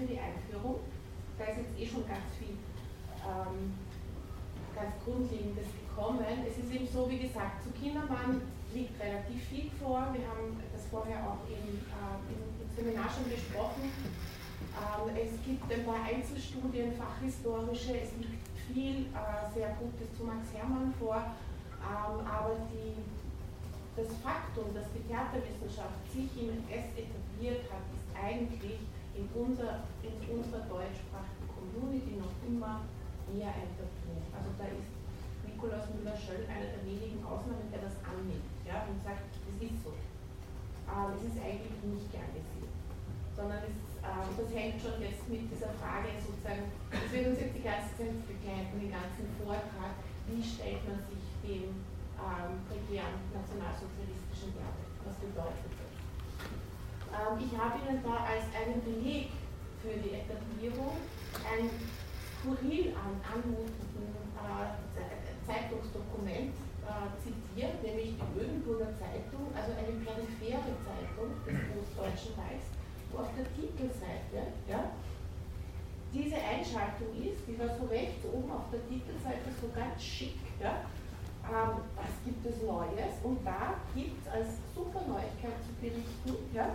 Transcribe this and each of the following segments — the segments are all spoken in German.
für die Einführung. Da ist jetzt schon ganz viel, ganz Grundlegendes gekommen. Es ist eben so, wie gesagt, zu Kindermann liegt relativ viel vor. Wir haben das vorher auch im Seminar schon besprochen. Es gibt ein paar Einzelstudien, fachhistorische, es liegt viel sehr Gutes zu Max Herrmann vor, aber das Faktum, dass die Theaterwissenschaft sich im NS etabliert hat, ist eigentlich in unserer deutschsprachigen Community noch immer eher ein Tabu. Also da ist Nikolaus Müller-Schöll einer der wenigen Ausnahmen, der das annimmt, ja, und sagt, das ist so. Es ist eigentlich nicht gern gesehen, sondern das hängt schon jetzt mit dieser Frage sozusagen, das wird uns jetzt die ganze Zeit begleiten, den ganzen Vortrag, wie stellt man sich dem prekären nationalsozialistischen Werte, was bedeutet das? Ich habe Ihnen da als einen Beleg für die Etablierung ein skurril anmutenden Zeitungsdokument zitiert, nämlich die Ödenburger Zeitung, also eine periphere Zeitung des Großdeutschen Reichs, wo auf der Titelseite, ja, diese Einschaltung ist, die war so rechts oben auf der Titelseite so ganz schick, ja, was gibt es Neues, und da gibt es als super Neuigkeit zu berichten, ja,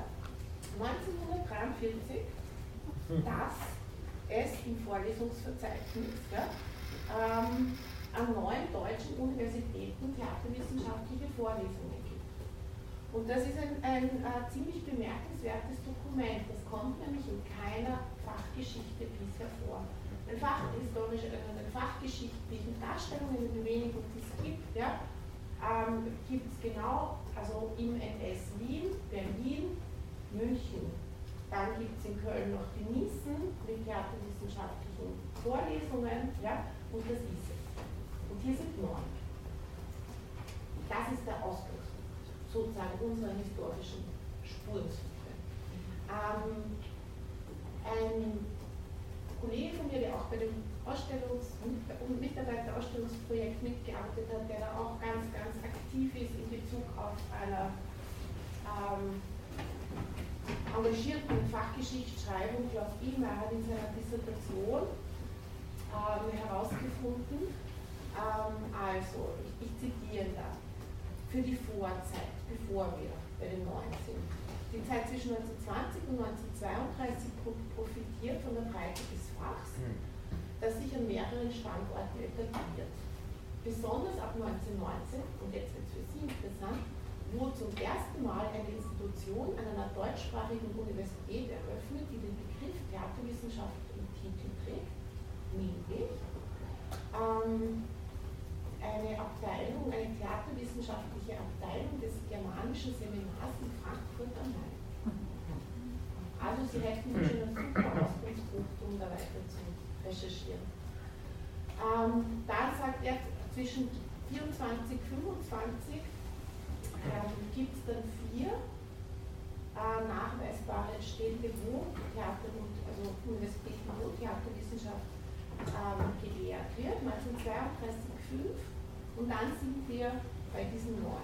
1943, dass es im Vorlesungsverzeichnis, ja, an 9 deutschen Universitäten theaterwissenschaftliche Vorlesungen gibt. Und das ist ein ziemlich bemerkenswertes Dokument. Das kommt nämlich in keiner Fachgeschichte bisher vor. Eine fachgeschichtlichen Darstellungen, in den wenigen, die es gibt, ja, gibt es genau, also im NS Wien, Berlin, München. Dann gibt es in Köln noch die Nissen mit theaterwissenschaftlichen Vorlesungen, ja, und das ist es. Und hier sind 9. Das ist der Ausgangspunkt, sozusagen unserer historischen Spurensuche. Ein Kollege von mir, der auch bei dem Mitarbeiterausstellungsprojekt mitgearbeitet hat, der da auch ganz, ganz aktiv ist in Bezug auf einer engagierten Fachgeschichtsschreibung, Klaus Illmeier, hat in seiner Dissertation herausgefunden, also, ich zitiere da, für die Vorzeit, bevor wir bei den 9 sind. Die Zeit zwischen 1920 und 1932 profitiert von der Breite des Fachs, das sich an mehreren Standorten etabliert. Besonders ab 1919, und jetzt wird es für Sie interessant, wo zum ersten Mal eine Institution an einer deutschsprachigen Universität eröffnet, die den Begriff Theaterwissenschaft im Titel trägt, nämlich eine Abteilung, eine theaterwissenschaftliche Abteilung des Germanischen Seminars in Frankfurt am Main. Also Sie hätten schon einen super Ausgangspunkt, um da weiter zu recherchieren. Dann sagt er, zwischen 24 und 25 gibt es dann 4 nachweisbare Städte, wo Theater und also Universitäten, wo Theaterwissenschaft gelehrt wird, 1932 5, und dann sind wir bei diesen 9.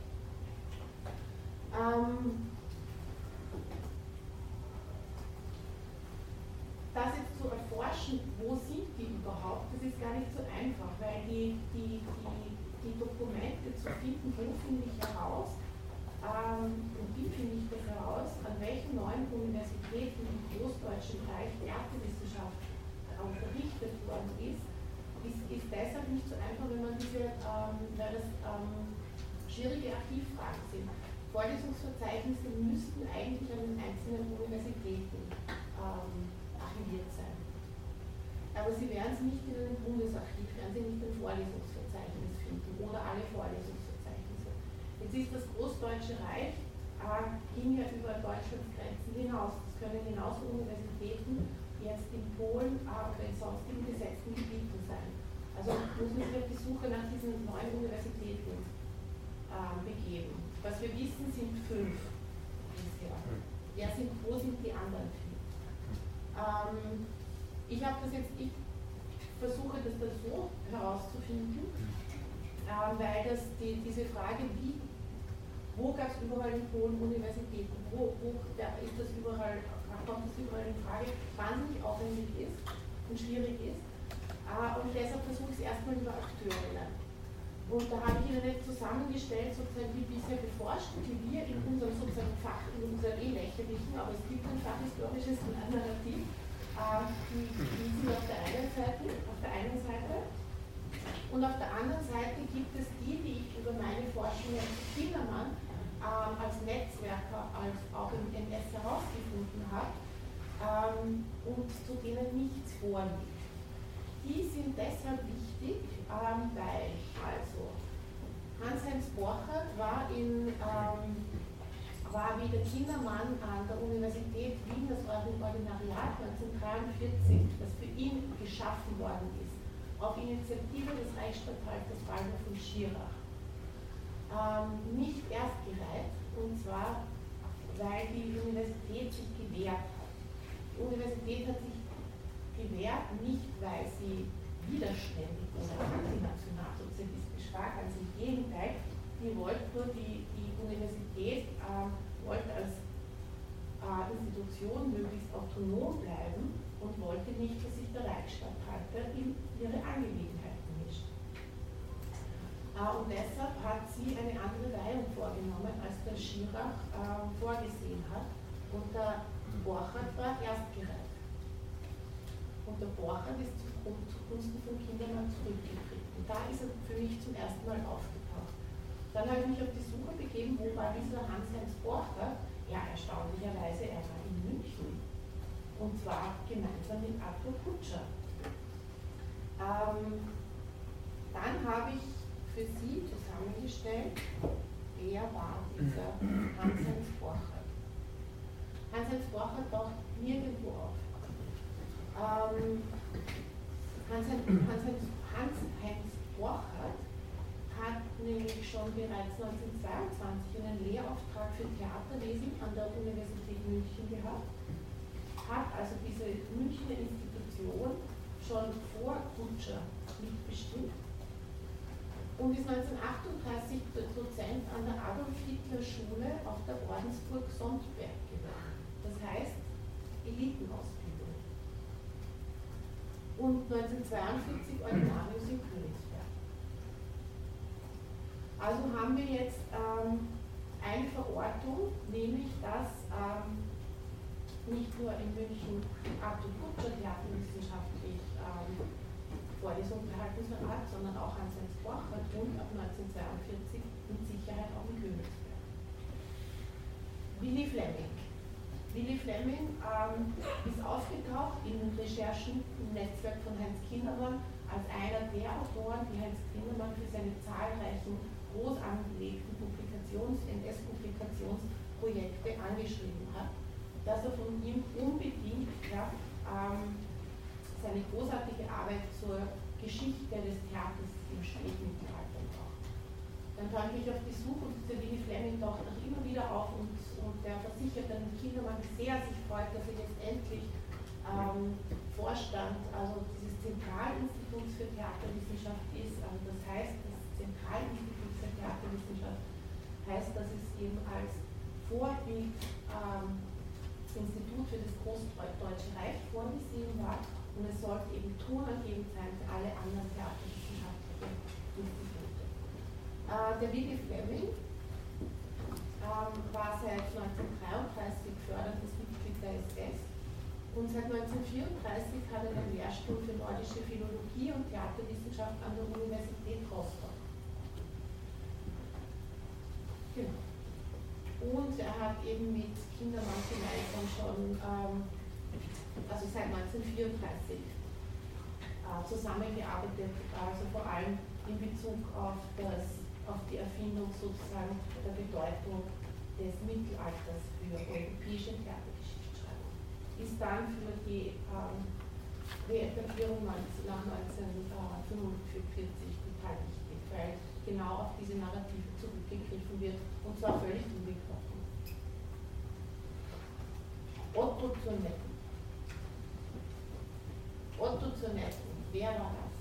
Das jetzt zu erforschen, wo sind die überhaupt, das ist gar nicht so einfach, weil die Dokumente zu finden, wo finde ich heraus und wie finde ich das heraus, an welchen 9 Universitäten im Großdeutschen Reich Theaterwissenschaft unterrichtet worden ist deshalb nicht so einfach, wenn man weil das schwierige Archivfragen sind. Vorlesungsverzeichnisse müssten eigentlich an den einzelnen Universitäten archiviert sein. Aber Sie werden sie nicht in einem Bundesarchiv, werden Sie nicht ein Vorlesungsverzeichnis finden oder alle Vorlesungsverzeichnisse. Jetzt ist das Großdeutsche Reich, ging ja über Deutschlands Grenzen hinaus. Das können genauso Universitäten jetzt in Polen oder in sonstigen besetzten Gebieten sein. Also muss man sich auf die Suche nach diesen 9 Universitäten begeben. Was wir wissen, sind 5 bisher. Wo sind die anderen 4? Ich versuche das dann so herauszufinden, weil diese Frage, wo gab es überall in Polen Universitäten, wo ist das überall kommt das überall in Frage, wahnsinnig aufwendig ist und schwierig ist. Und deshalb versuche ich es erstmal über Akteurinnen. Und da habe ich Ihnen jetzt zusammengestellt, sozusagen wie bisher beforscht, die wir in unserem sozusagen Fach, in unserem lächerlichen, aber es gibt ein fachhistorisches Narrativ, die sind auf der einen Seite. Und auf der anderen Seite gibt es die ich über meine Forschung zu Kindermann als Netzwerker, als auch im MS herausgefunden habe und zu denen nichts vorliegt. Die sind deshalb wichtig, weil also Hans-Heinz Borchert war wie der Kindermann an der Universität Wien das Ordinariat 1943, das für ihn geschaffen worden ist, auf Initiative des Reichsstatthalters Waldemar von Schirach, nicht erst gereiht, und zwar, weil die Universität sich gewehrt hat. Die Universität hat sich gewehrt, nicht weil sie widerständig oder antinationalsozialistisch war, ganz im Gegenteil, die Universität wollte als Institution möglichst autonom bleiben und wollte nicht, dass sich der Reichsstatthalter in ihre Angelegenheiten mischt. Und deshalb hat sie eine andere Weihung vorgenommen, als der Schirach vorgesehen hat. Und der Borchert war erstgereiht. Und der Borchert ist zugunsten von Kindermann zurückgetreten. Da ist er für mich zum ersten Mal aufgetaucht. Dann habe ich mich auf die Suche begeben, wo war dieser Hans-Heinz Borchert? Ja, erstaunlicherweise, er war in München. Und zwar gemeinsam mit Arthur Kutscher. Dann habe ich für Sie zusammengestellt, wer war dieser Hans-Heinz Borchert. Hans-Heinz Borchert taucht nirgendwo auf. Hans-Heinz Borchert hat nämlich schon bereits 1922 einen Lehrauftrag für Theaterwesen an der Universität München gehabt, hat also diese Münchner Institution schon vor Kutscher mitbestimmt und ist 1938 Dozent an der Adolf-Hitler-Schule auf der Ordensburg Sondberg geworden. Das heißt Elitenausbildung. Und 1942 Ordinarius in Königsberg. Also haben wir jetzt eine Verortung, nämlich dass nicht nur in München Arthur Kutscher theaterwissenschaftlich Vorlesungen gehalten hat, sondern auch Hans-Heinz Borchert und ab 1942 mit Sicherheit auch in Königsberg. Willy Fleming. Willy Fleming ist aufgetaucht in Recherchen im Netzwerk von Heinz Kindermann als einer der Autoren, die Heinz Kindermann für seine zahlreichen groß angelegten NS-Publikationsprojekte angeschrieben hat, dass er von ihm unbedingt seine großartige Arbeit zur Geschichte des Theaters im Spätmittelalter braucht. Dann fand ich auf die Suche und dieser Willy Fleming taucht auch immer wieder auf und der versichert dann Kindermann sehr sich freut, dass er jetzt endlich Vorstand also dieses Zentralinstituts für Theaterwissenschaft ist. Also das heißt, das Zentralinstitut für Theaterwissenschaft heißt, dass es eben als Vorbild Institut für das Großdeutsche Reich vorgesehen war und es sollte eben tonergebend sein für alle anderen theaterwissenschaftlichen Institute. Der Willy Fleming war seit 1933 förderndes Mitglied der SS und seit 1934 hat er den Lehrstuhl für nordische Philologie und Theaterwissenschaft an der Universität Rostock. Genau. Und er hat eben mit Kindermann gemeinsam schon, also seit 1934, zusammengearbeitet, also vor allem in Bezug auf die Erfindung sozusagen der Bedeutung des Mittelalters für europäische Theatergeschichtsschreibung. Ist dann für die Reetablierung nach 1945 total wichtig, weil genau auf diese Narrative zurückgegriffen wird und zwar völlig unbetroffen. Otto zur Netten. Otto zur Netten, wer war das?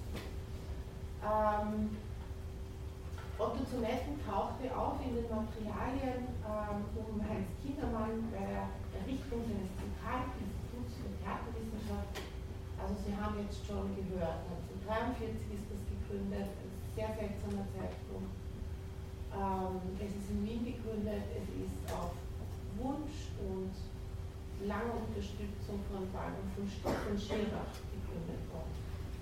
Otto zur Netten tauchte auf in den Materialien um Heinz Kindermann bei der Errichtung seines Karl-Instituts für Theaterwissenschaft. Also Sie haben jetzt schon gehört, 1943 ist das gegründet, ein sehr seltsamer Zeitpunkt. Es ist in Wien gegründet, es ist auf Wunsch und lange Unterstützung von vor allem von Stefan Schirach gegründet worden.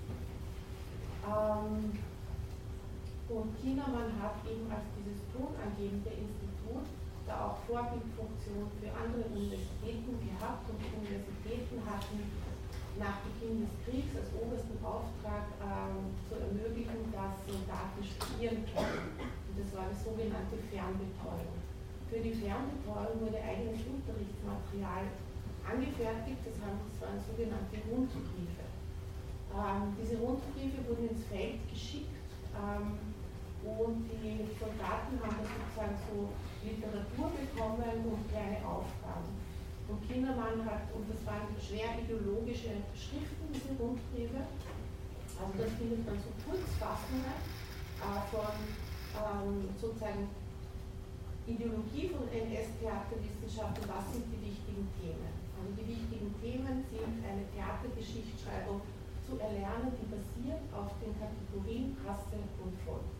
Und Kindermann hat eben als dieses tonangebende Institut da auch Vorbildfunktion für andere Universitäten gehabt, und die Universitäten hatten nach Beginn des Kriegs als obersten Auftrag zu ermöglichen, dass Soldaten studieren können. Und das war die sogenannte Fernbetreuung. Für die Fernbetreuung wurde eigenes Unterrichtsmaterial angefertigt, das waren sogenannte Rundbriefe. Diese Rundbriefe wurden ins Feld geschickt und die Soldaten haben da sozusagen so Literatur bekommen und kleine Aufgaben. Und Kindermann hat, und das waren schwer ideologische Schriften, diese Rundbriefe, also das findet man so Kurzfassungen von sozusagen Ideologie von NS-Theaterwissenschaft und was sind die wichtigen Themen. Also die wichtigen Themen sind eine Theatergeschichtsschreibung zu erlernen, die basiert auf den Kategorien Rasse und Volk.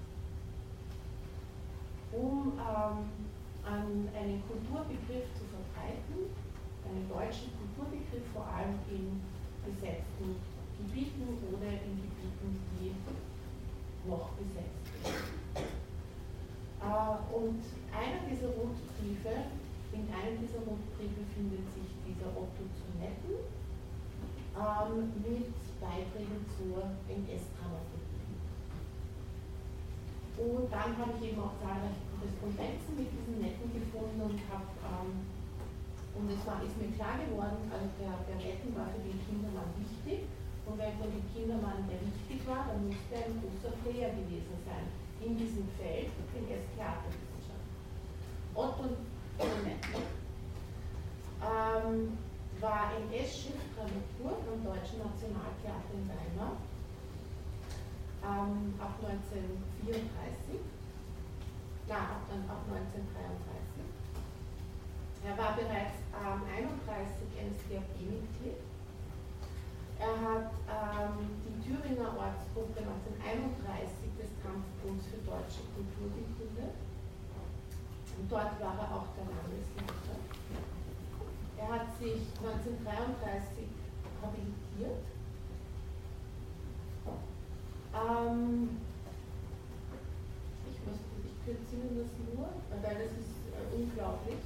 Um einen Kulturbegriff zu verbreiten, einen deutschen Kulturbegriff, vor allem in besetzten Gebieten oder in Gebieten, die noch besetzt sind. Und in einem dieser Rundbriefe findet sich dieser Otto Zunetten mit Beiträgen zur NS-Dramaturgie. Und dann habe ich eben auch zahlreiche Korrespondenzen mit diesen Netten gefunden und ist mir klar geworden, also der Netten war für den Kindermann wichtig, und wenn für den Kindermann der wichtig war, dann musste er ein großer Player gewesen sein in diesem Feld, NS-Theaterwissenschaft. Otto Zunetten war NS-Chefdramaturg am Deutschen Nationaltheater in Weimar ab 1934, ab 1933. Er war bereits 31 NSDAP-Mitglied. Er hat die Thüringer Ortsgruppe 1931 des Kampfbunds für deutsche Kultur gegründet. Und dort war er auch der Landesleiter. Er hat sich 1933 habilitiert. Ich kürze Ihnen das nur, weil das ist unglaublich.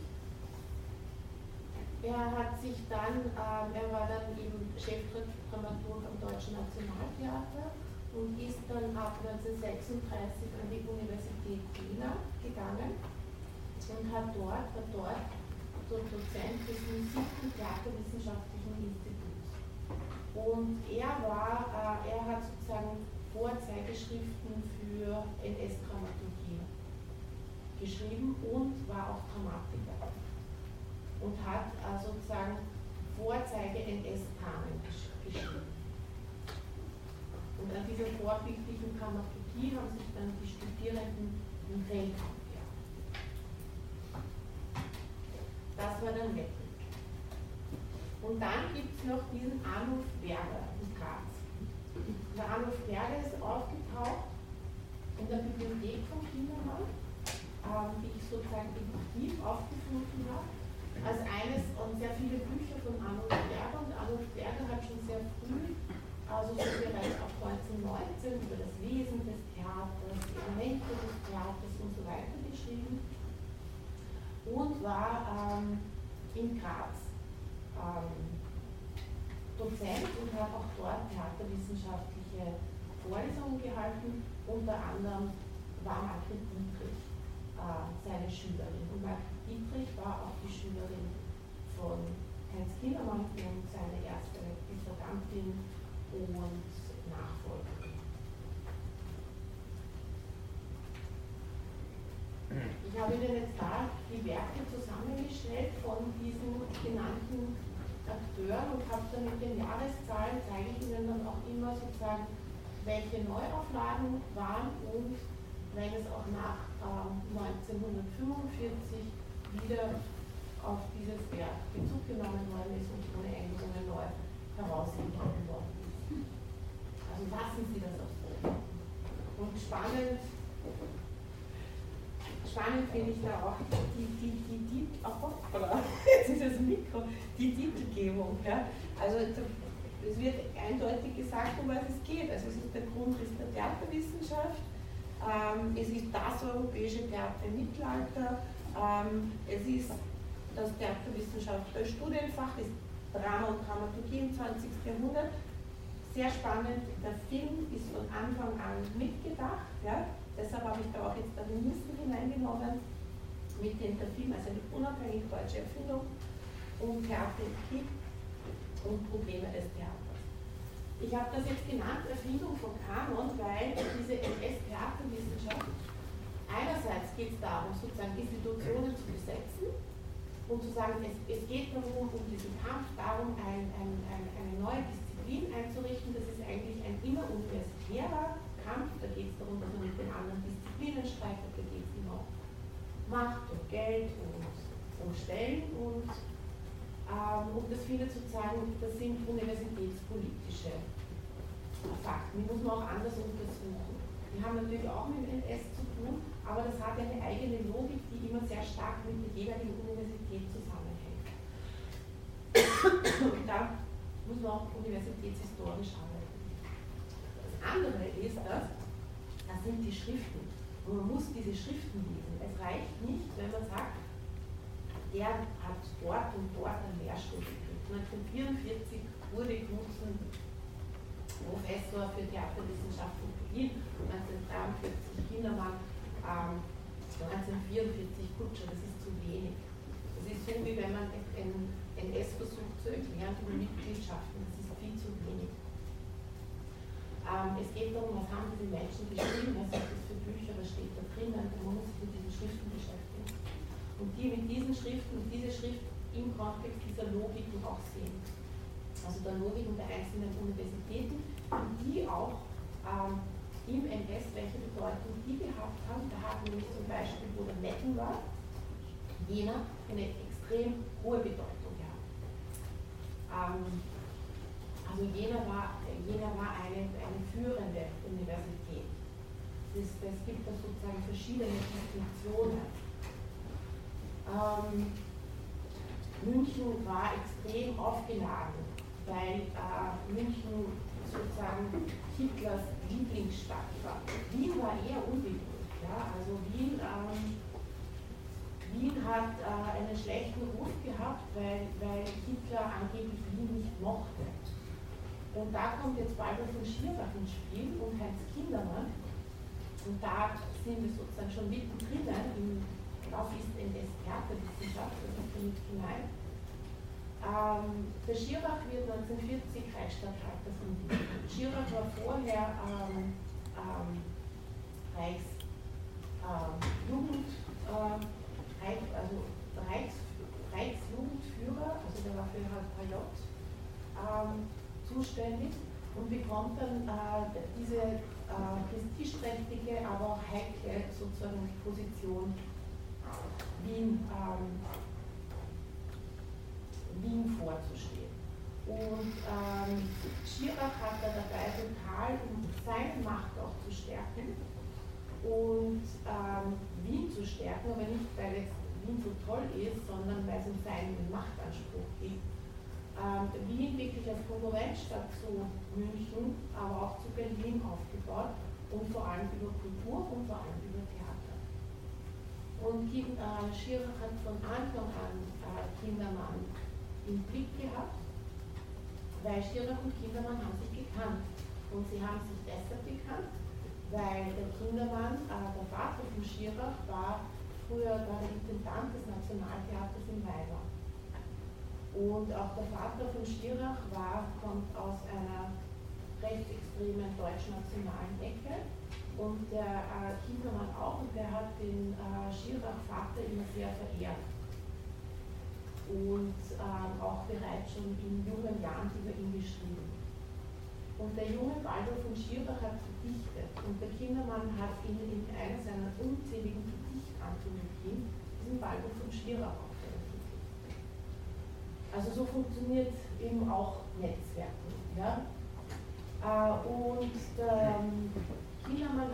Er war dann eben Chefdramaturg am Deutschen Nationaltheater und ist dann ab 1936 an die Universität Jena gegangen und war dort Dozent des Musik- und Theaterwissenschaftlichen Instituts. Und er hat sozusagen Vorzeigeschriften für NS-Dramaturgie geschrieben und war auch Dramatiker. Und hat sozusagen Vorzeige-NS-Dramen geschrieben. Und an dieser vorbildlichen Dramaturgie haben sich dann die Studierenden im Feld abgearbeitet. Das war der Netten. Und dann gibt es noch diesen Arnulf Berger in Graz. Der Arnulf Berger ist aufgetaucht in der Bibliothek von Kindermann, die ich sozusagen im Archiv aufgefunden habe, als eines und sehr viele Bücher von Arnulf Berger. Und Arnulf Berger hat schon sehr früh, also so bereits ab 1919, über das Wesen des Theaters, die Elemente des Theaters und so weiter geschrieben und war in Graz Dozent und hat auch dort theaterwissenschaftliche Vorlesungen gehalten. Unter anderem war Margret Dietrich seine Schülerin. Und Margret Dietrich war auch die Schülerin von Heinz Kindermann und seine erste Differentin und Nachfolgerin. Ich habe Ihnen jetzt da die Werke zusammengestellt von diesen genannten Akteuren und habe dann mit den Jahreszahlen, zeige ich Ihnen dann auch immer sozusagen, welche Neuauflagen waren und wenn es auch nach 1945 wieder auf dieses Werk Bezug genommen worden ist und ohne Änderungen neu herausgegeben worden ist. Also lassen Sie das auch so. Und spannend finde ich da auch jetzt ist das Mikro, die Titelgebung. Ja? Also es wird eindeutig gesagt, um was es geht. Also es ist der Grundriss der Theaterwissenschaft, es ist das europäische Theater im Mittelalter, es ist das Theaterwissenschaft als Studienfach, ist Drama und Dramaturgie im 20. Jahrhundert. Sehr spannend, der Film ist von Anfang an mitgedacht, ja? Deshalb habe ich da auch jetzt Darwinisten hineingenommen, mit dem der Film als eine unabhängige deutsche Erfindung und Theaterkrieg und Probleme des Theaters. Ich habe das jetzt genannt, Erfindung von Kanon, weil diese NS-Theaterwissenschaft, einerseits geht es darum, sozusagen Institutionen zu besetzen und zu sagen, es geht darum, um diesen Kampf darum, eine neue Disziplin einzurichten. Das ist eigentlich ein immer universitärer Kampf, da geht es darum, dass man mit den anderen Disziplinen streitet, da geht es immer um Macht und Geld und um Stellen und das findet sozusagen, das sind universitätspolitische Fakten, die muss man auch anders untersuchen. Die haben natürlich auch mit dem NS zu tun, aber das hat eine eigene Logik, die immer sehr stark mit der jeweiligen Universität zusammenhängt. Und da muss man auch universitätshistorisch arbeiten. Das andere ist das sind die Schriften. Und man muss diese Schriften lesen. Es reicht nicht, wenn man sagt, der hat dort und dort einen Lehrstuhl gekriegt. 1944 wurde Knutzen Professor für Theaterwissenschaften in Berlin, 1943 Kindermann, 1944 Kutscher. Das ist zu wenig. Das ist so, wie wenn man ein NS versucht zu erklären über Mitgliedschaften. Das ist viel zu wenig. Es geht darum, was haben diese Menschen geschrieben, was sind das für Bücher, was steht da drinnen, man muss sich mit diesen Schriften beschäftigen. Und die mit diesen Schriften, diese Schrift im Kontext dieser Logiken auch sehen. Also der Logiken der einzelnen Universitäten, die auch im NS welche Bedeutung die gehabt haben. Da haben nämlich zum Beispiel, wo der Metten war, Jena eine extrem hohe Bedeutung gehabt. Also Jena war eine führende Universität. Es gibt da sozusagen verschiedene Distinktionen. München war extrem aufgeladen, weil München sozusagen Hitlers Lieblingsstadt war. Wien war eher unbeliebt. Ja? Also Wien hat einen schlechten Ruf gehabt, weil Hitler angeblich Wien nicht mochte. Und da kommt jetzt Baldur von Schirach ins Spiel und Heinz Kindermann. Und da sind wir sozusagen schon mittendrin im Theaterwissenschaft, das ist nicht hinein. Der Schirach wird 1940 Reichsstatthalter von Wien. Schirach war vorher Reichsjugendführer, also der war für HJ zuständig und bekommt dann diese prestigeträchtige, aber auch heikle sozusagen Position Wien vorzustehen. Und Schirach hat da dabei total, um seine Macht auch zu stärken und Wien zu stärken, aber nicht, weil jetzt Wien so toll ist, sondern weil es um seinen Machtanspruch geht. Wien wirklich als Konkurrenzstadt zu München, aber auch zu Berlin aufgebaut und vor allem über Kultur und vor allem über Theater. Und Schirach hat von Anfang an Kindermann im Blick gehabt, weil Schirach und Kindermann haben sich gekannt. Und sie haben sich deshalb gekannt, weil der Kindermann, der Vater von Schirach, war früher der Intendant des Nationaltheaters in Weimar. Und auch der Vater von Schirach kommt aus einer rechtsextremen deutsch-nationalen Ecke und der Kindermann auch, und der hat den Schirach-Vater immer sehr verehrt. Und auch bereits schon in jungen Jahren über ihn geschrieben. Und der junge Baldur von Schirach hat gedichtet und der Kindermann hat ihn in einer seiner unzähligen Gedichtanthologien, diesen Baldur von Schirach, auch veröffentlicht. Also so funktioniert eben auch Netzwerken. Ja? Und der Kindermann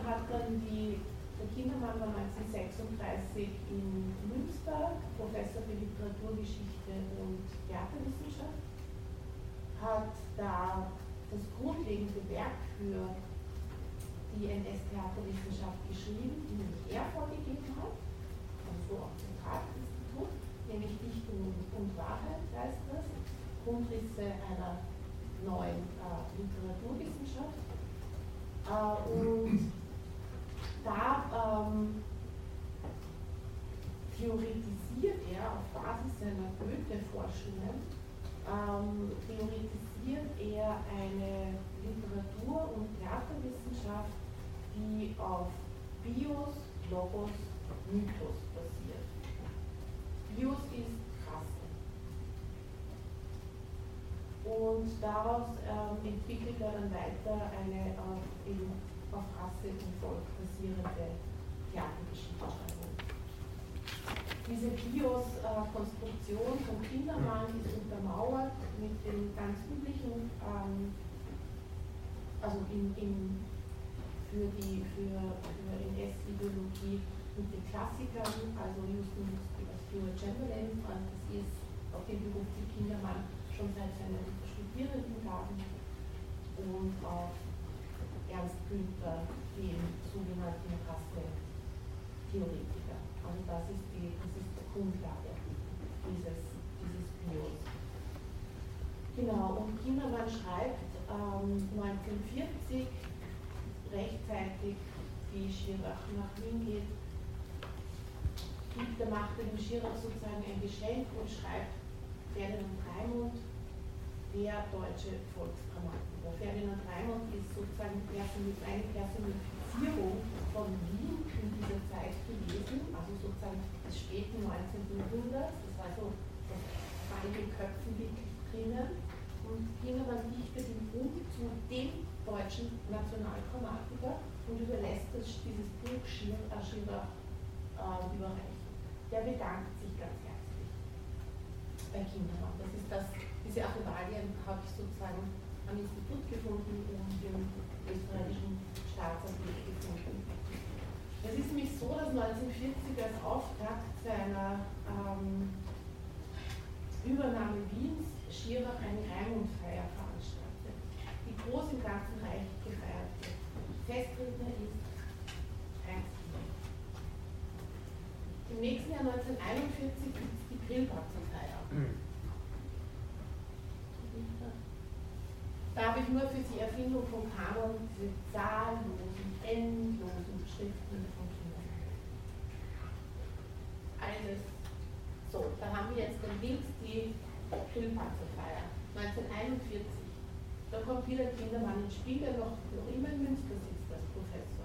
war 1936 in Münster, Professor für Literaturgeschichte und Theaterwissenschaft, hat da das grundlegende Werk für die NS-Theaterwissenschaft geschrieben, die nämlich er vorgegeben hat, also so auch das Institut, nämlich Dichtung und Wahrheit heißt das, Grundrisse einer neuen Literaturwissenschaft. Und da theoretisiert er auf Basis seiner Goethe-Forschungen, theoretisiert er eine Literatur- und Theaterwissenschaft, die auf Bios, Logos, Mythos basiert. Bios ist Rasse. Und daraus entwickelt er dann weiter eine eben auf Rasse und Volk basierende Theatergeschichtsschreibung. Diese Bios-Konstruktion von Kindermann ist untermauert mit den ganz üblichen, also für NS-Ideologie mit den Klassikern, also Houston Stewart Chamberlain, das ist auf dem Beruf die Kindermann schon seit seinen Studierendendagen, und auf Ernst Günther, den sogenannten Rasse-Theoretiker. Also das ist die Grundlage dieses Bios. Genau, und Kindermann schreibt 1940, rechtzeitig, wie Schirach nach Wien geht, macht er dem Schirach sozusagen ein Geschenk und schreibt Ferdinand Raimund, der deutsche Volksdramatiker. Ferdinand Raimund ist sozusagen eine Personifizierung von Wien in dieser Zeit gewesen, also sozusagen des späten 19. Jahrhunderts, das war so in den Köpfen wirklich drinnen, und Kindermann dichtet ihn zu dem deutschen Nationaldramatiker und überlässt dieses Buch Schirach überreichen. Der bedankt sich ganz herzlich bei Kindermann. Das ist diese Archivalien habe ich sozusagen am Institut gefunden und im österreichischen Staatsarchiv gefunden. Es ist nämlich so, dass 1940 als Auftakt seiner Übernahme Wiens Schirach eine Raimundfeier veranstaltet, die groß im ganzen Reich gefeiert wird. Festredner ist Heinz Kiesel. Im nächsten Jahr 1941 gibt es die Grillparzenfeier. Da habe ich nur für die Erfindung von Kanon diese zahllosen, endlosen Schriften von Kindern. Alles. So, da haben wir jetzt dann links die Grillparzenfeier 1941. Da kommt wieder Kindermann ins Spiel, der noch immer in Münster sitzt als Professor.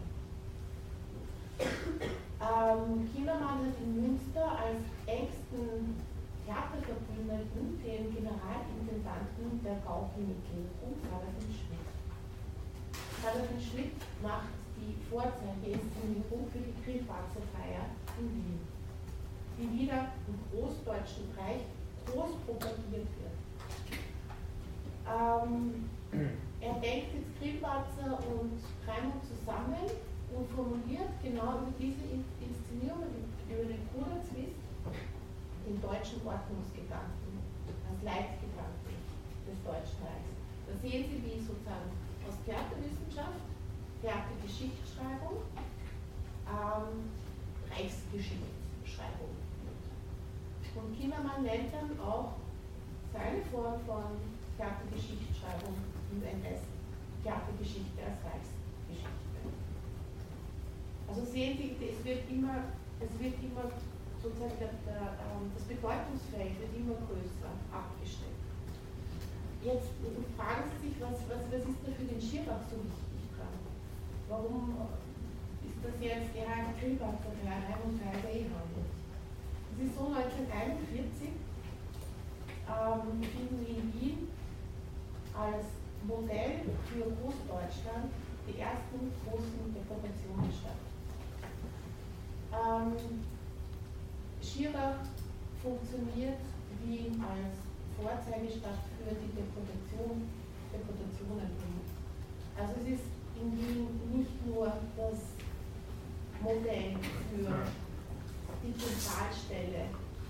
Kindermann hat in Münster als engsten Theaterverbündeten den Generalintendanten der Gauchemik-Regierung, Kadafin Schmidt. Kadafin Schmidt macht die Vorzeigeinszenierung für die Grillparzenfeier in Wien, die wieder im Großdeutschen Reich groß propagiert wird. Er denkt jetzt Grillparzer und Raimund zusammen und formuliert genau über diese Inszenierung, über den Bruderzwist, den deutschen Ordnungsgedanken, als Leitgedanken des Deutschen Reichs. Da sehen Sie, wie sozusagen aus Theaterwissenschaft, Theatergeschichtsschreibung, Reichsgeschichtsschreibung. Und Kindermann nennt dann auch seine Form von Theatergeschichtsschreibung im NS Theatergeschichte als Reichsgeschichte. Also sehen Sie, es wird immer sozusagen das Bedeutungsfeld wird immer größer abgesteckt. Jetzt fragen Sie sich, was ist da für den Schirach so wichtig dran? Warum ist das jetzt eher ein Grillparzenfeier und Kaiser handelt? Es ist so, 1941 finden wir in Wien als Modell für Großdeutschland die ersten großen Deportationen statt. Schirach funktioniert Wien als Vorzeigestadt für die Deportationen bringt. Also es ist in Wien nicht nur das Modell für die Zentralstelle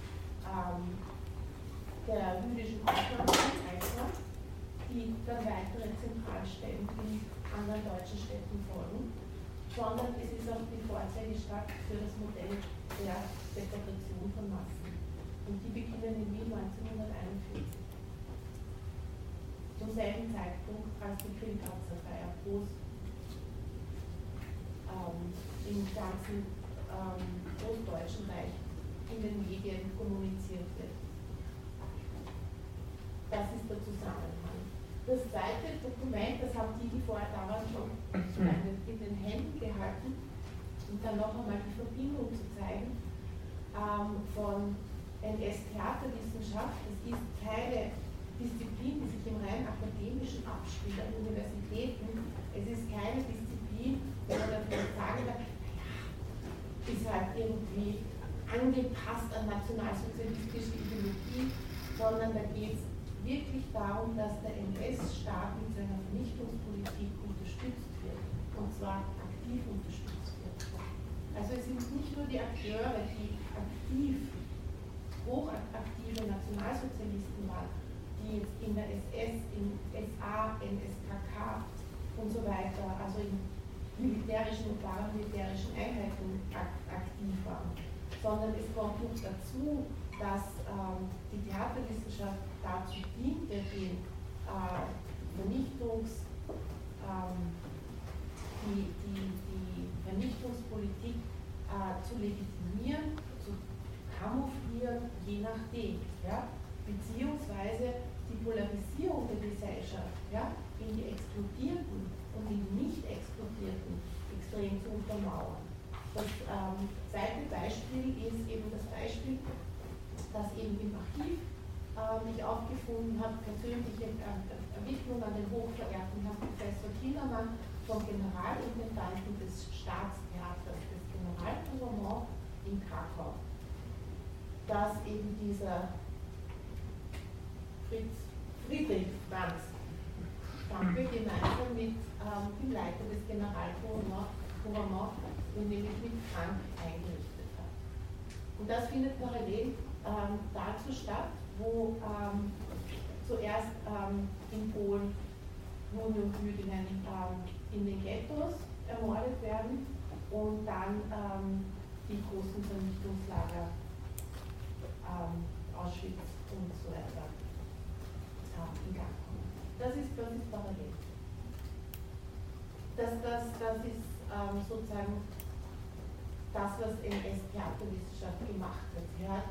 der jüdischen Auswanderung, die dann weitere Zentralstellen in anderen deutschen Städten folgen, sondern es ist auch die Vorzeigestadt für das Modell der Deportation von Massen. Und die beginnen in Wien 1941. Zum selben Zeitpunkt als die Grillparzer Feier, wo es im ganzen Großdeutschen Reich in den Medien kommuniziert wird. Das ist der Zusammenhang. Das zweite Dokument, das haben die vorher damals schon in den Händen gehalten, und dann noch einmal die Verbindung zu zeigen, von NS-Theaterwissenschaft. Das ist keine Disziplin, die sich im rein akademischen abspielt an Universitäten. Es ist keine Disziplin, wo man dann vielleicht sagen kann, ist halt irgendwie angepasst an nationalsozialistische Ideologie, sondern da geht es wirklich darum, dass der NS-Staat mit seiner Vernichtungspolitik unterstützt wird, und zwar aktiv unterstützt wird. Also es sind nicht nur die Akteure, die aktiv, hochaktive Nationalsozialisten waren, die jetzt in der SS, in SA, NSKK und so weiter, also in militärischen und paramilitärischen Einheiten aktiv waren, sondern es kommt noch dazu, dass die Theaterwissenschaft dazu diente, die Vernichtungspolitik zu legitimieren, zu camouflieren, je nachdem, ja? Beziehungsweise die Polarisierung der Gesellschaft, ja, in die Explodierten und in die nicht Explodierten extrem zu untermauern. Das zweite Beispiel ist eben das Beispiel, das eben im Archiv mich aufgefunden hat, persönliche Widmung an den hochverehrten Herrn Professor Killermann vom Generalintendanten des Staatstheaters, des Generalgouvernement in Krakau, dass eben dieser Friedrich Franz Stampe gemeinsam mit dem Leiter des Generalgouvernements, nämlich mit Frank, eingerichtet hat. Und das findet parallel dazu statt, wo zuerst in Polen Juden und Jüdinnen in den Ghettos ermordet werden und dann die großen Vernichtungslager Auschwitz und so weiter in Gang kommen. Das ist parallel. Das ist sozusagen das, was NS-Theaterwissenschaft gemacht hat. Sie hat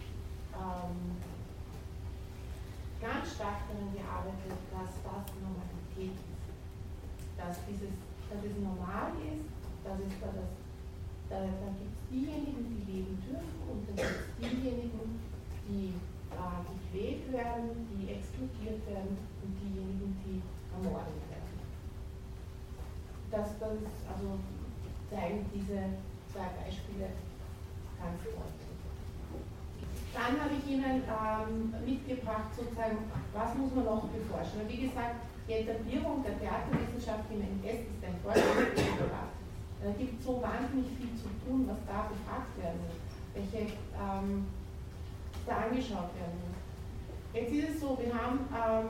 ganz stark daran gearbeitet, dass das Normalität ist. Dass es normal ist, dass es da gibt es diejenigen, die leben dürfen, und dann gibt es diejenigen, die gequält werden, die explodiert werden, und diejenigen, die ermordet werden. Das also zeigen diese zwei Beispiele ganz deutlich. Dann habe ich Ihnen mitgebracht, sozusagen, was muss man noch beforschen. Und wie gesagt, die Etablierung der Theaterwissenschaft im NS ist ein Forschungsprojekt. Da gibt es so wahnsinnig viel zu tun, was da befragt werden muss, welche da angeschaut werden muss. Jetzt ist es so, wir haben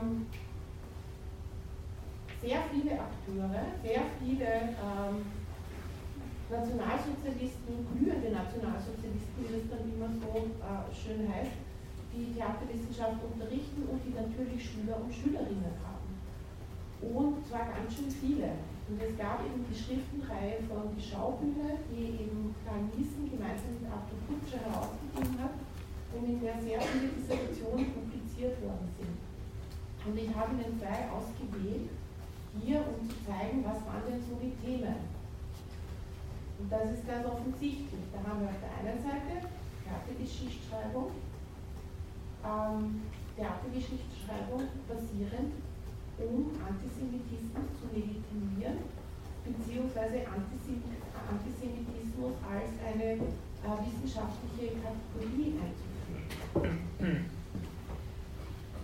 sehr viele Akteure, sehr viele Nationalsozialisten, glühende Nationalsozialisten, wie das dann immer so schön heißt, die Theaterwissenschaft unterrichten und die natürlich Schüler und Schülerinnen haben. Und zwar ganz schön viele. Und es gab eben die Schriftenreihe von Die Schaubühne, die eben Karl Niesen gemeinsam mit Arthur Kutscher herausgegeben hat und in der sehr viele Dissertationen publiziert worden sind. Und ich habe Ihnen zwei ausgewählt, hier, um zu zeigen, was waren denn so die Themen. Und das ist ganz offensichtlich. Da haben wir auf der einen Seite Theatergeschichtsschreibung, basierend, um Antisemitismus zu legitimieren, beziehungsweise Antisemitismus als eine wissenschaftliche Kategorie einzuführen.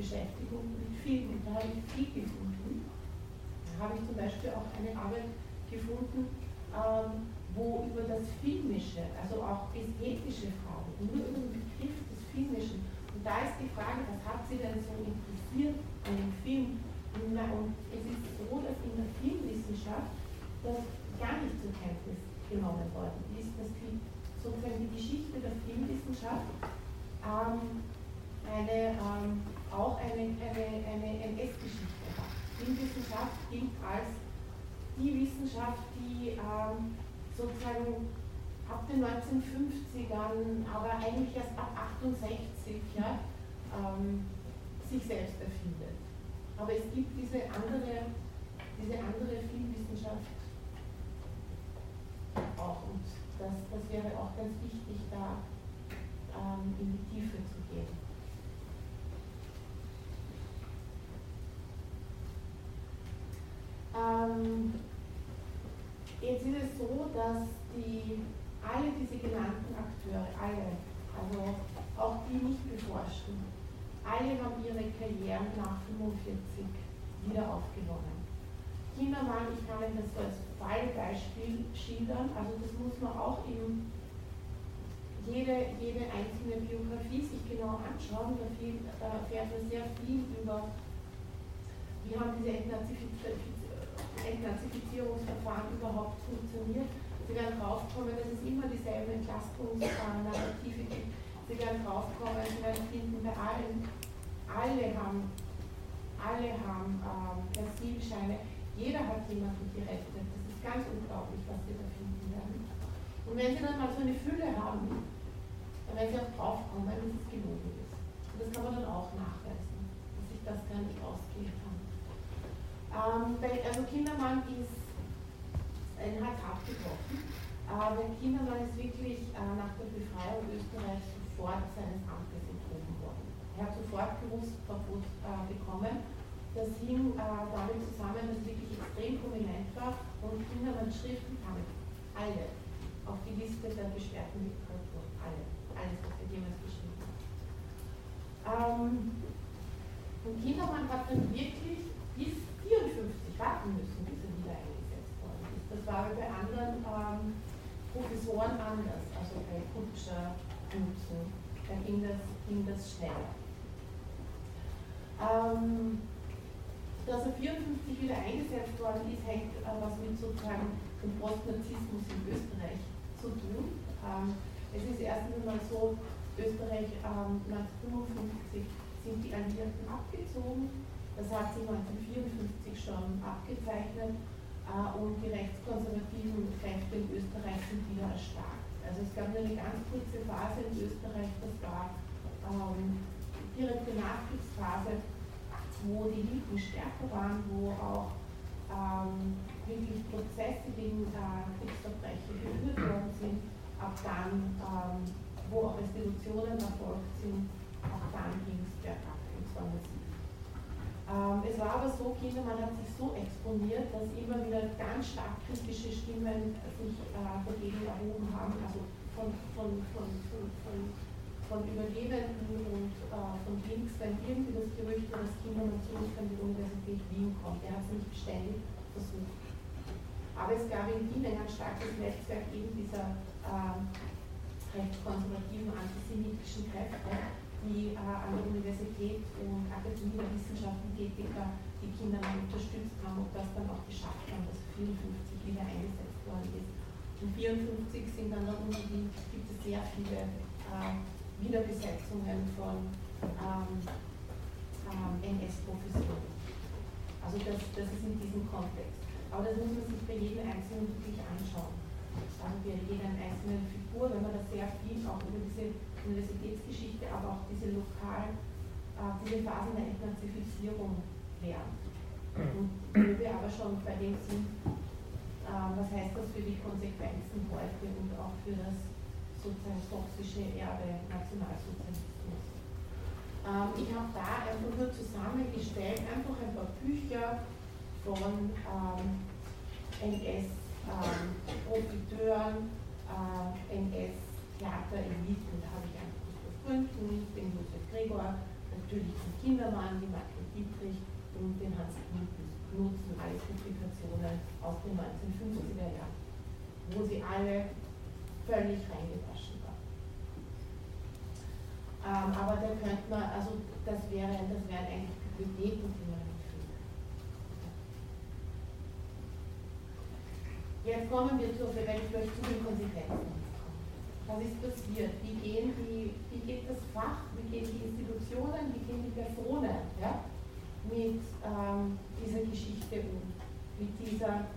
Beschäftigung mit Film und da habe ich viel gefunden. Da habe ich zum Beispiel auch eine Arbeit gefunden, wo über das Filmische, also auch ästhetische Fragen, nur über den Begriff des Filmischen. Und da ist die Frage, was hat Sie denn so interessiert an dem Film? Und es ist so, dass in der Filmwissenschaft das gar nicht zur Kenntnis genommen worden ist, dass sozusagen die Geschichte der Filmwissenschaft auch eine NS-Geschichte hat. Filmwissenschaft gilt als die Wissenschaft, die sozusagen ab den 1950ern, aber eigentlich erst ab 68 ja, sich selbst erfindet. Aber es gibt diese andere Filmwissenschaft auch und das wäre auch ganz wichtig, da in die Tiefe zu gehen. Jetzt ist es so, dass alle diese genannten Akteure, also auch die nicht beforschten, alle haben ihre Karrieren nach 1945 wieder aufgenommen. Kindermann, ich kann Ihnen das so als Fallbeispiel schildern, also das muss man auch in jede einzelne Biografie sich genau anschauen, da erfährt man sehr viel über, wie haben diese Entnazifizierungsverfahren überhaupt funktioniert. Sie werden draufkommen, dass es immer dieselben Entlastungsnarrative gibt. Sie werden draufkommen, Sie werden finden, bei alle haben Persilscheine, jeder hat jemanden gerettet. Das ist ganz unglaublich, was Sie da finden werden. Und wenn Sie dann mal so eine Fülle haben, dann werden Sie auch draufkommen, dass es gelogen ist. Und das kann man dann auch nachweisen, dass sich das gar nicht ausgehen kann. Also Kindermann hat abgebrochen. Weil Kindermann ist wirklich nach der Befreiung Österreichs sofort seines Amtes enthoben worden. Er hat sofort Berufsverbot bekommen. Das hing damit zusammen, dass er wirklich extrem prominent war und Kindermanns Schriften kamen alle auf die Liste der gesperrten Literatur. Alles, was er jemals geschrieben hat. Und Kindermann hat dann wirklich bis 1954 warten müssen, bis er wieder eingesetzt worden ist. Das war bei anderen Professoren anders, also bei Kutscher, Knudsen, da ging das schneller. Dass er 1954 wieder eingesetzt worden ist, hängt was mit sozusagen dem Postnazismus in Österreich zu tun. Es ist erstens einmal so, Österreich 1955 sind die Alliierten abgezogen, das hat sich 1954 schon abgezeichnet und die rechtskonservativen Kräfte in Österreich sind wieder erstarkt. Also es gab eine ganz kurze Phase in Österreich, das war direkt die Nachkriegsphase, wo die Linken stärker waren, wo auch wirklich Prozesse gegen Kriegsverbrechen geführt worden sind, ab dann, wo auch Restitutionen erfolgt sind, auch dann ging es bergab, und zwar massiv. Es war aber so, Kindermann hat sich so exponiert, dass immer wieder ganz stark kritische Stimmen sich dagegen erhoben haben, also von Überlebenden und von links, wenn irgendwie das Gerücht war, dass Kindermann zurück an die Universität Wien kommt. Er hat es nicht ständig versucht. Aber es gab in Wien ein ganz starkes Netzwerk eben dieser rechtskonservativen antisemitischen Kräfte, die an der Universität und Akademie der Wissenschaften tätig war, die Kindermann unterstützt haben und das dann auch geschafft haben, dass 1954 wieder eingesetzt worden ist. Und 1954 sind dann gibt es sehr viele Wiederbesetzungen von NS-Professoren. Also das ist in diesem Kontext. Aber das muss man sich bei jedem Einzelnen wirklich anschauen. Also bei jeder einzelnen Figur, wenn man da sehr viel auch über diese Universitätsgeschichte, aber auch diese diese Phasen der Entnazifizierung lernt. Und wo wir aber schon bei dem sind, was heißt das für die Konsequenzen heute und auch für das sozusagen toxische Erbe Nationalsozialismus. Ich habe da einfach nur zusammengestellt, einfach ein paar Bücher von NS-Profiteuren, NS-Theatereliten, da habe ich einfach Gustav Gründen, den Josef Gregor, natürlich den Kindermann, die Margret Dietrich und den Hans Knutzen, alle Publikationen aus den 1950er Jahren, wo sie alle völlig reingewaschen waren. Aber da könnte man, also das wären eigentlich Bibliotheken, die man empfiehlt. Jetzt kommen wir zu den Konsequenzen. Was ist passiert? Wie geht das Fach, wie gehen die Institutionen, wie gehen die Personen, ja, mit dieser Geschichte um, mit dieser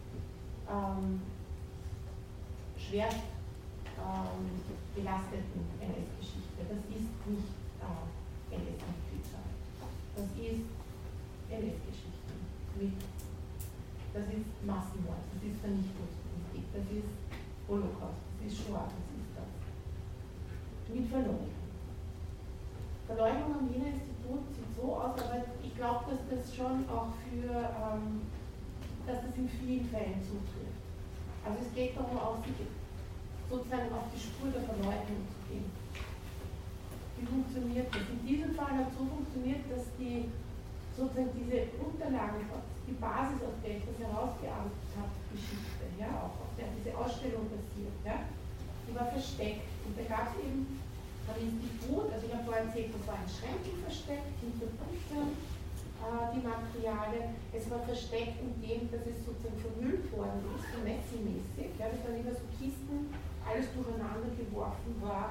schwer belasteten NS-Geschichte. Das ist nicht NS-Mitgliedschaft. Das ist NS-Geschichte. Das ist Massenmord, das ist Vernichtungspolitik, das ist Holocaust, das ist Shoah, das ist das. Mit Verleugnung. Verleugnung am Wiener Institut sieht so aus, aber ich glaube, dass das schon auch dass das in vielen Fällen zutrifft. Also es geht darum, auch sich sozusagen auf die Spur der Verleugnung zu gehen. Wie funktioniert das? In diesem Fall hat es so funktioniert, dass sozusagen diese Unterlagen, die Basis, auf der ich das herausgearbeitet habe, Geschichte, ja, auch auf der diese Ausstellung basiert, ja, die war versteckt. Und da gab es eben am Institut, also ich habe vorhin erzählt, das war in Schränken versteckt, hinter Büchern, die Materialien. Es war versteckt in dem, dass es sozusagen vermüllt worden ist, so messemäßig. Ja, das waren immer so Kisten, alles durcheinander geworfen war.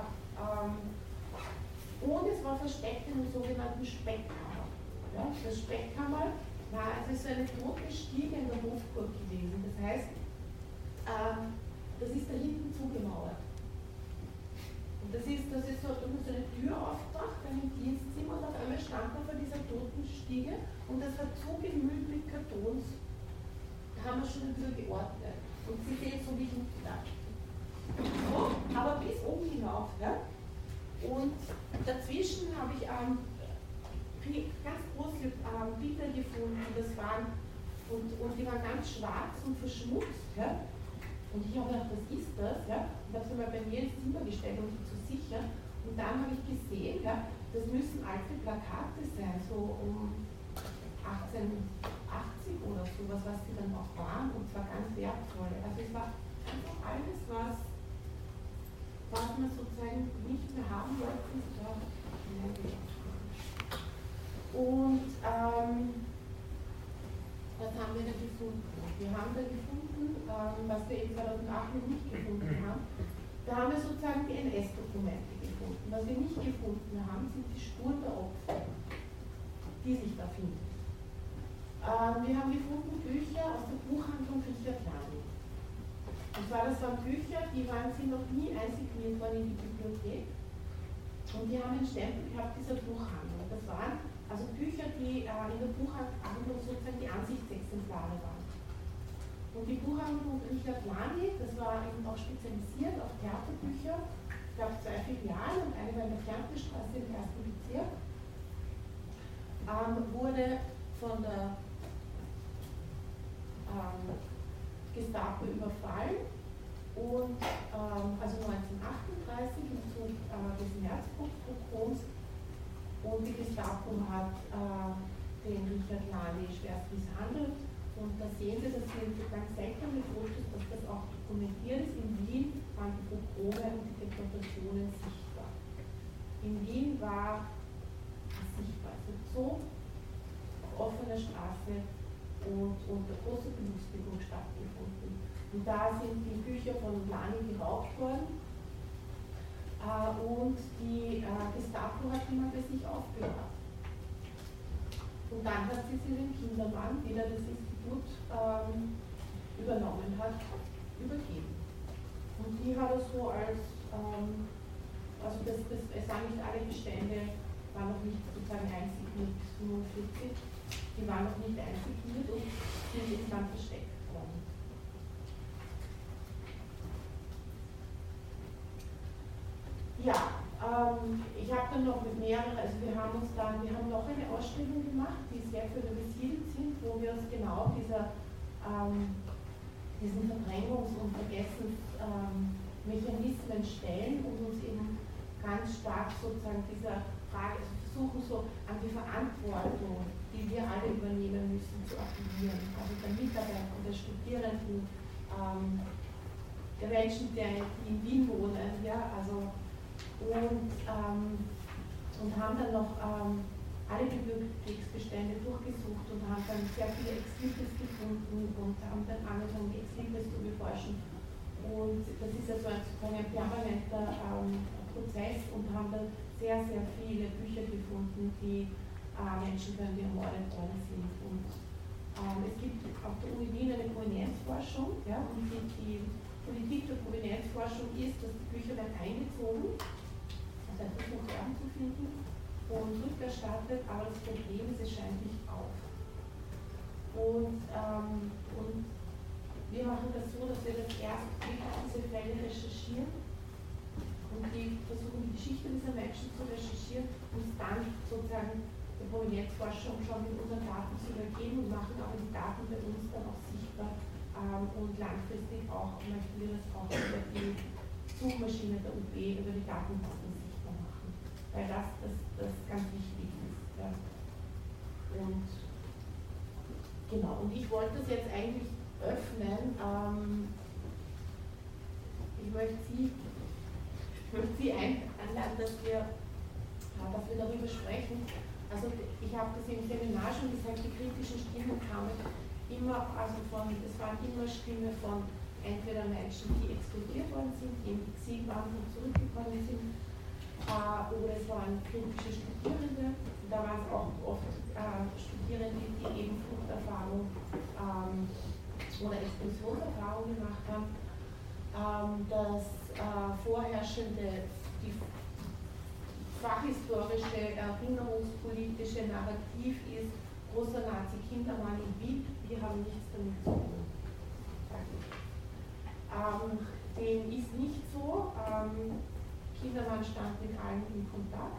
Und es war versteckt in einem sogenannten Speckkammer. Ja, das Speckkammer war also so eine tote Stiege in der Hofburg gewesen. Das heißt, das ist da hinten zugemauert. Und das ist so eine Tür aufgemacht, ein Dienstzimmer, und auf einmal stand man vor dieser toten Stiege und das war zugemüllt mit Kartons. Da haben wir schon ein bisschen geordnet. Und Sie sehen so wie hinten da. So, aber bis oben hinauf. Ja? Und dazwischen habe ich ganz große Bilder gefunden, und die waren ganz schwarz und verschmutzt. Ja? Und ich habe gedacht, was ist das? Ja? Und habe sie mal bei mir ins Zimmer gestellt, um sie zu sichern. Und dann habe ich gesehen, ja, das müssen alte Plakate sein, so um 1880 oder sowas, was die dann auch waren, und zwar ganz wertvolle. Also es war einfach alles, was man sozusagen nicht mehr haben wollte, ist da hineingelegt. Und was haben wir da gefunden? Wir haben da gefunden, was wir in 2008 noch nicht gefunden haben. Da haben wir sozusagen die NS-Dokumente gefunden. Was wir nicht gefunden haben, sind die Spuren der Opfer, die sich da finden. Wir haben gefunden Bücher aus der Buchhandlung Richard Lani. Und zwar, das waren Bücher, sind noch nie einsigniert worden in die Bibliothek. Und die haben einen Stempel gehabt, dieser Buchhandlung. Das waren also Bücher, die in der Buchhandlung sozusagen die Ansichtsexemplare waren. Und die Buchhandlung Richard Lani, das war eben auch spezialisiert auf Theaterbücher, ich glaube 2 Filialen und eine war in der Kärntnerstraße im 1. Bezirk, wurde von der Gestapo überfallen und also 1938 im Zug des Märzpogroms, und die Gestapo hat den Richard Lani schwerst misshandelt. Und da sehen Sie, das sind ganz seltene Fotos, dass das auch dokumentiert ist. In Wien waren die Pogrome und die Deportationen sichtbar. In Wien war es sichtbar. Es wird so auf offener Straße und unter großer Belustigung stattgefunden. Und da sind die Bücher von Lani geraubt worden. Und die Gestapo hat die mal bei sich aufbewahrt. Und dann hat sie den Kindermann, den das Institut übernommen hat, übergeben. Und die hat er so als, also es waren nicht alle Bestände, waren noch nicht sozusagen einsigniert bis 1945, die waren noch nicht einsigniert und sind eben dann versteckt worden. Ja, ich habe dann noch mit mehreren, also wir haben noch eine Ausstellung gemacht, die sehr viel besiedelt sind, wo wir uns genau diesen Verdrängungs- und Vergessensmechanismen stellen und uns eben ganz stark sozusagen dieser Frage, also versuchen so an die Verantwortung, die wir alle übernehmen müssen, zu appellieren. Also der Mitarbeiter, der Studierenden, der Menschen, die in Wien wohnen, ja, also und haben dann noch alle Bibliotheksbestände durchgesucht und haben dann sehr viele Ex-Libris gefunden und haben dann angefangen, die Ex-Libris zu beforschen. Und das ist ja so ein permanenter Prozess und haben dann sehr, sehr viele Bücher gefunden, die Menschen können, die ermordet worden sind. Und es gibt auf der Uni Wien eine Provenienzforschung, ja, und die Politik der Provenienzforschung ist, dass die Bücher werden eingezogen, also ein Versuch zu finden und rückerstattet, aber das Problem ist, es scheint nicht auf. Und wir machen das so, dass wir das erst wirklich diese Fälle recherchieren und versuchen die Geschichte dieser Menschen zu recherchieren und dann sozusagen der Provenienzforschung schon mit unseren Daten zu übergeben und machen aber die Daten bei uns dann auch sichtbar und langfristig auch möchten wir das auch über die Suchmaschine der UB, über die Datenbanken sichtbar machen, weil das ganz wichtig ist. Ja. Und genau, und ich wollte das jetzt eigentlich öffnen. Ich möchte Sie einladen, dass wir darüber sprechen. Also ich habe das im Seminar schon gesagt, die kritischen Stimmen kamen immer, es waren immer Stimmen von entweder Menschen, die exkludiert worden sind, die im Exil waren und zurückgekommen sind, oder es waren kritische Studierende. Da waren es auch oft Studierende, die eben Fluchterfahrung oder Explosionserfahrung gemacht haben. Das vorherrschende, die fachhistorische, erinnerungspolitische Narrativ ist großer Nazi-Kindermann in Wien, wir haben nichts damit zu tun. Dem ist nicht so. Kindermann stand mit allen in Kontakt.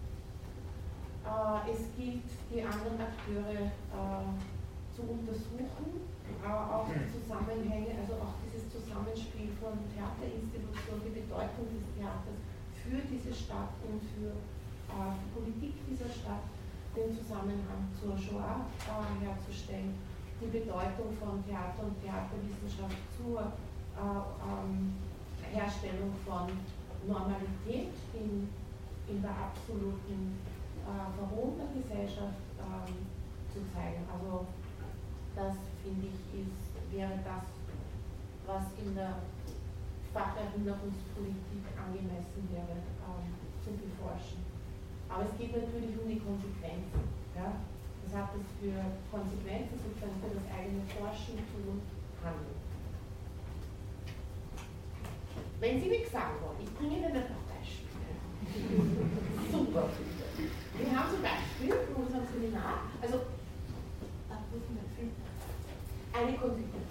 Es gilt, die anderen Akteure zu untersuchen, auch die Zusammenhänge, also auch dieses Zusammenspiel von Theaterinstitutionen, die Bedeutung des Theaters für diese Stadt und für die Politik dieser Stadt, den Zusammenhang zur Shoah herzustellen, die Bedeutung von Theater und Theaterwissenschaft zur Herstellung von Normalität in der absoluten Verrohung der Gesellschaft zu zeigen. Also das, finde ich, wäre das, was in der Facherinnerungspolitik angemessen wäre, zu beforschen. Aber es geht natürlich um die Konsequenzen. Ja? Was hat das für Konsequenzen sozusagen für das eigene Forschen, Tun, Handeln? Wenn Sie nichts sagen wollen, ich bringe Ihnen noch Beispiele. Super. Wir haben zum Beispiel in unserem Seminar, also eine Konsequenz.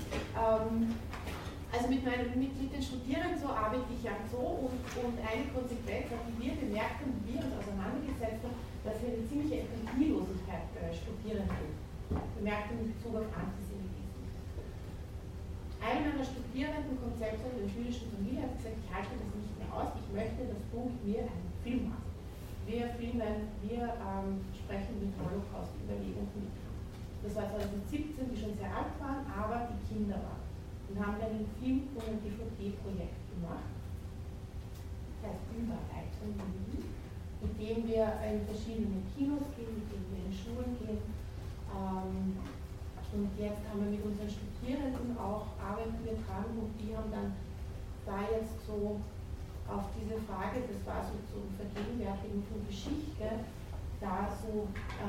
Also mit den Studierenden so arbeite ich ja so und eine Konsequenz, die wir bemerkt haben, die wir uns auseinandergesetzt haben, dass wir eine ziemliche Empathielosigkeit bei Studierenden bemerkt haben in Bezug auf Antisemitismus. Eine meiner Studierenden, Konzeption der jüdischen Familie, hat gesagt, ich halte das nicht mehr aus, ich möchte, dass du mit mir einen Film machst. Wir sprechen mit Holocaust-Überlebenden mit. Das war 2017, die schon sehr alt waren, aber die Kinder waren. Und haben dann einen Film und ein DVD-Projekt gemacht. Das heißt Überleitung, mit dem wir in verschiedene Kinos gehen, mit dem wir in Schulen gehen. Und jetzt haben wir mit unseren Studierenden auch Arbeit übertragen und die haben dann da jetzt so auf diese Frage, das war so zum Vergegenwärtigen von Geschichte, da so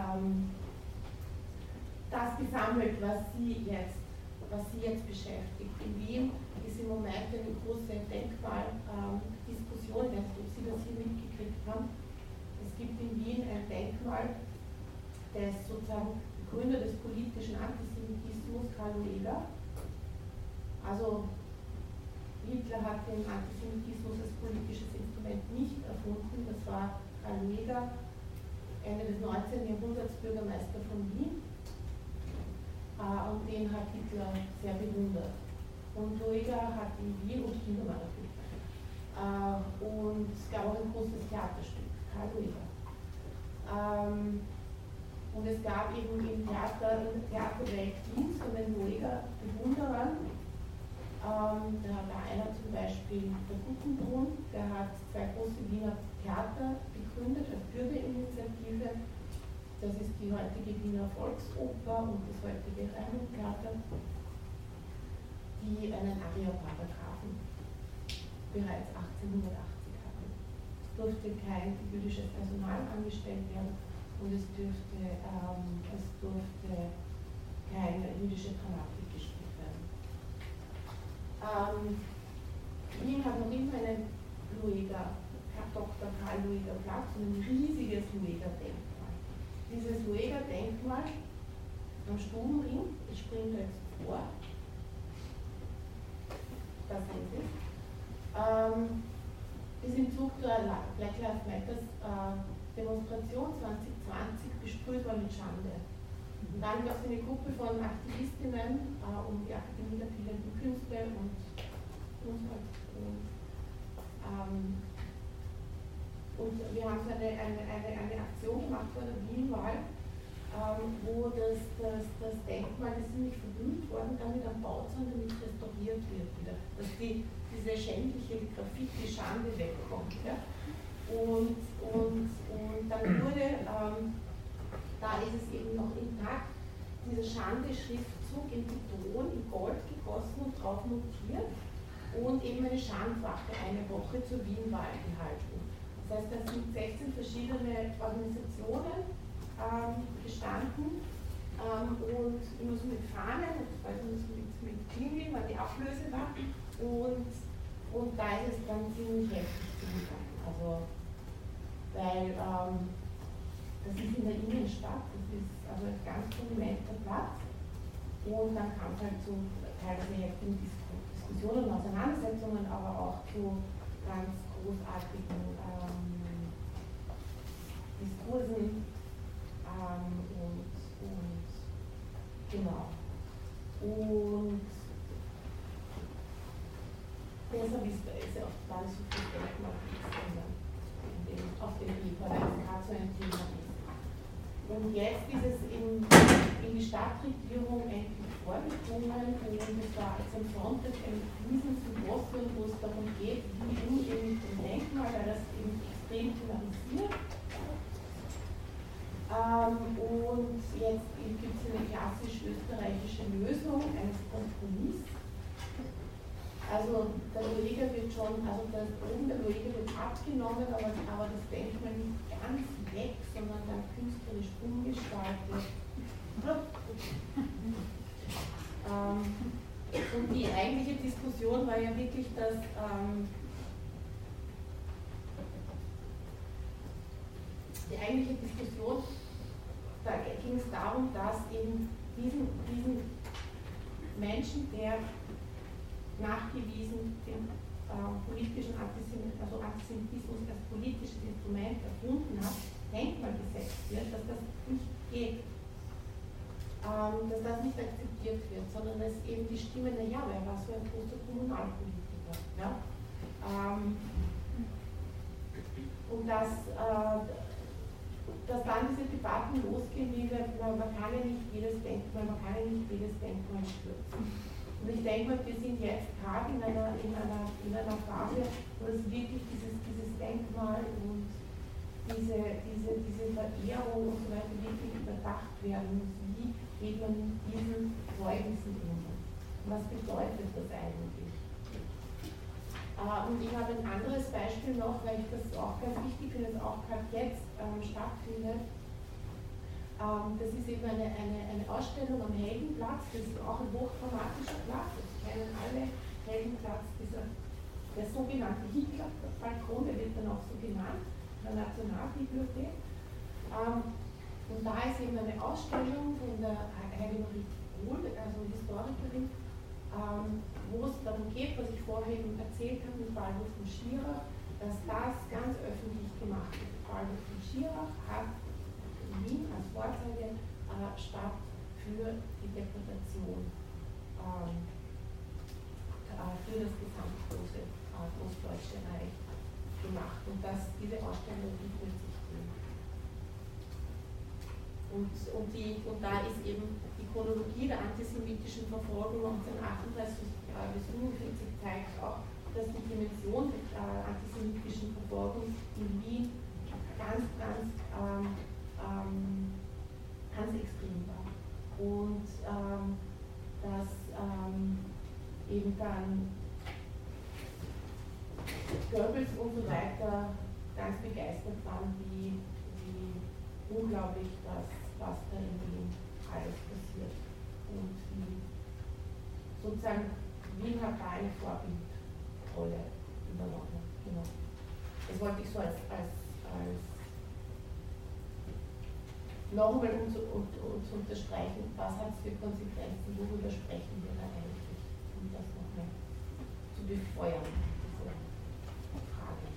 das gesammelt, was sie jetzt beschäftigt. In Wien ist im Moment eine große Denkmaldiskussion, ich weiß nicht, ob Sie das hier mitgekriegt haben. Es gibt in Wien ein Denkmal des sozusagen Gründer des politischen Antisemitismus, Karl Lueger. Also Hitler hat den Antisemitismus als politisches Instrument nicht erfunden, das war Karl Lueger, Ende des 19. Jahrhunderts Bürgermeister von Wien. Und den hat Hitler sehr bewundert. Und Lueger hat in Wien und Kindermann natürlich. Und es gab auch ein großes Theaterstück, Karl Lueger. Und es gab eben im Theaterwelt Dienst von den Lueger Bewunderern. Da war einer zum Beispiel der Guttenbrunn, der hat 2 große Wiener Theater gegründet als Bürgerinitiative. Das ist die heutige Wiener Volksoper und das heutige Rheinland-Theater, die einen Areoparagraphen bereits 1880 hatten. Es durfte kein jüdisches Personal angestellt werden und es durfte keine jüdische Dramatik gespielt werden. Wien hat noch immer einen Lueger, Dr. Karl Lueger Platz und ein riesiges Lueger-Denkmal. Dieses Lueger-Denkmal am Stubenring, ich springe da jetzt vor, da sind Sie, ist im Zug der Black Lives Matters Demonstration 2020 besprüht war mit Schande. Und dann gab es eine Gruppe von Aktivistinnen um die Akademie der Bildenden Künste und wir haben so eine Aktion gemacht vor der Wienwahl, wo das Denkmal, das ist nämlich verwühlt worden, dann mit einem Bauzaun, damit es restauriert wird wieder, dass diese schändliche Graffiti-Schande wegkommt. Ja? Und dann wurde, da ist es eben noch intakt, dieser Schande-Schriftzug in Beton, in Gold gegossen und drauf notiert und eben eine Schandwache eine Woche zur Wienwahl gehalten. Das heißt, da sind 16 verschiedene Organisationen gestanden und immer so mit Fahnen, also mit Klingeln, weil die Ablöse war und da ist es dann ziemlich heftig zugegangen. Also, weil das ist in der Innenstadt, das ist also ein ganz prominenter Platz und dann kam es halt zu teilweise heftigen Diskussionen und Auseinandersetzungen, aber auch zu ganz großartigen Diskursen und genau. Und deshalb ist ja oft gar nicht so viel Denkmal auf dem Brief, weil es gerade so ein Thema ist. Und jetzt ist es in die Stadtregierung endlich vorgedrungen und es war jetzt am Sonntag ein Riesensymposium, wo es darum geht, wie umgehen mit dem Denkmal, weil das eben extrem polarisiert. Und jetzt gibt es eine klassisch österreichische Lösung eines Kompromisses. Also der Lueger wird schon, also der oben der Lueger wird abgenommen, aber das Denkmal nicht ganz weg, sondern dann künstlerisch umgestaltet. Und die eigentliche Diskussion war ja wirklich, dass die eigentliche Diskussion, da ging es darum, dass eben diesen Menschen, der nachgewiesen den politischen Antisemitismus als politisches Instrument erfunden hat, Denkmal gesetzt wird, dass das nicht geht, dass das nicht akzeptiert wird, sondern dass eben die Stimme, naja, wer war so ein großer Kommunalpolitiker. Ja? Und dass dann diese Debatten losgehen, wie man kann ja nicht jedes Denkmal stürzen. Und ich denke mal, wir sind jetzt gerade in einer Phase, wo es wirklich dieses Denkmal und diese Verehrung und so weiter wirklich überdacht werden muss. Wie geht man mit diesen Zeugnissen um? Was bedeutet das eigentlich? Und ich habe ein anderes Beispiel noch, weil ich das auch ganz wichtig finde, das auch gerade jetzt stattfindet. Das ist eben eine Ausstellung am Heldenplatz, das ist auch ein hochdramatischer Platz. Das kennen alle, Heldenplatz, der sogenannte Hitler-Balkon, der wird dann auch so genannt, der Nationalbibliothek. Und da ist eben eine Ausstellung von der Heidemarie Kohl, also Historikerin, wo es darum geht, was ich vorher eben erzählt habe mit Baldur von Schirach, dass das ganz öffentlich gemacht wird. Baldur von Schirach hat Wien als Vorzeige Stadt für die Deportation für das gesamte Großdeutsche Reich gemacht. Und diese Ausstellung widmet sich dem. Und da ist eben die Chronologie der antisemitischen Verfolgung 1938 bis 1945 zeigt auch, dass die Dimension der antisemitischen Verfolgung in Wien ganz extrem war. Und dass eben dann Goebbels und so weiter ganz begeistert waren, wie unglaublich was da in Wien alles passiert. Und wie sozusagen Wien hat da eine Vorbildrolle übernommen. Genau. Das wollte ich so als nochmal um zu unterstreichen, was hat es für Konsequenzen, worüber sprechen wir da eigentlich, um das nochmal zu befeuern.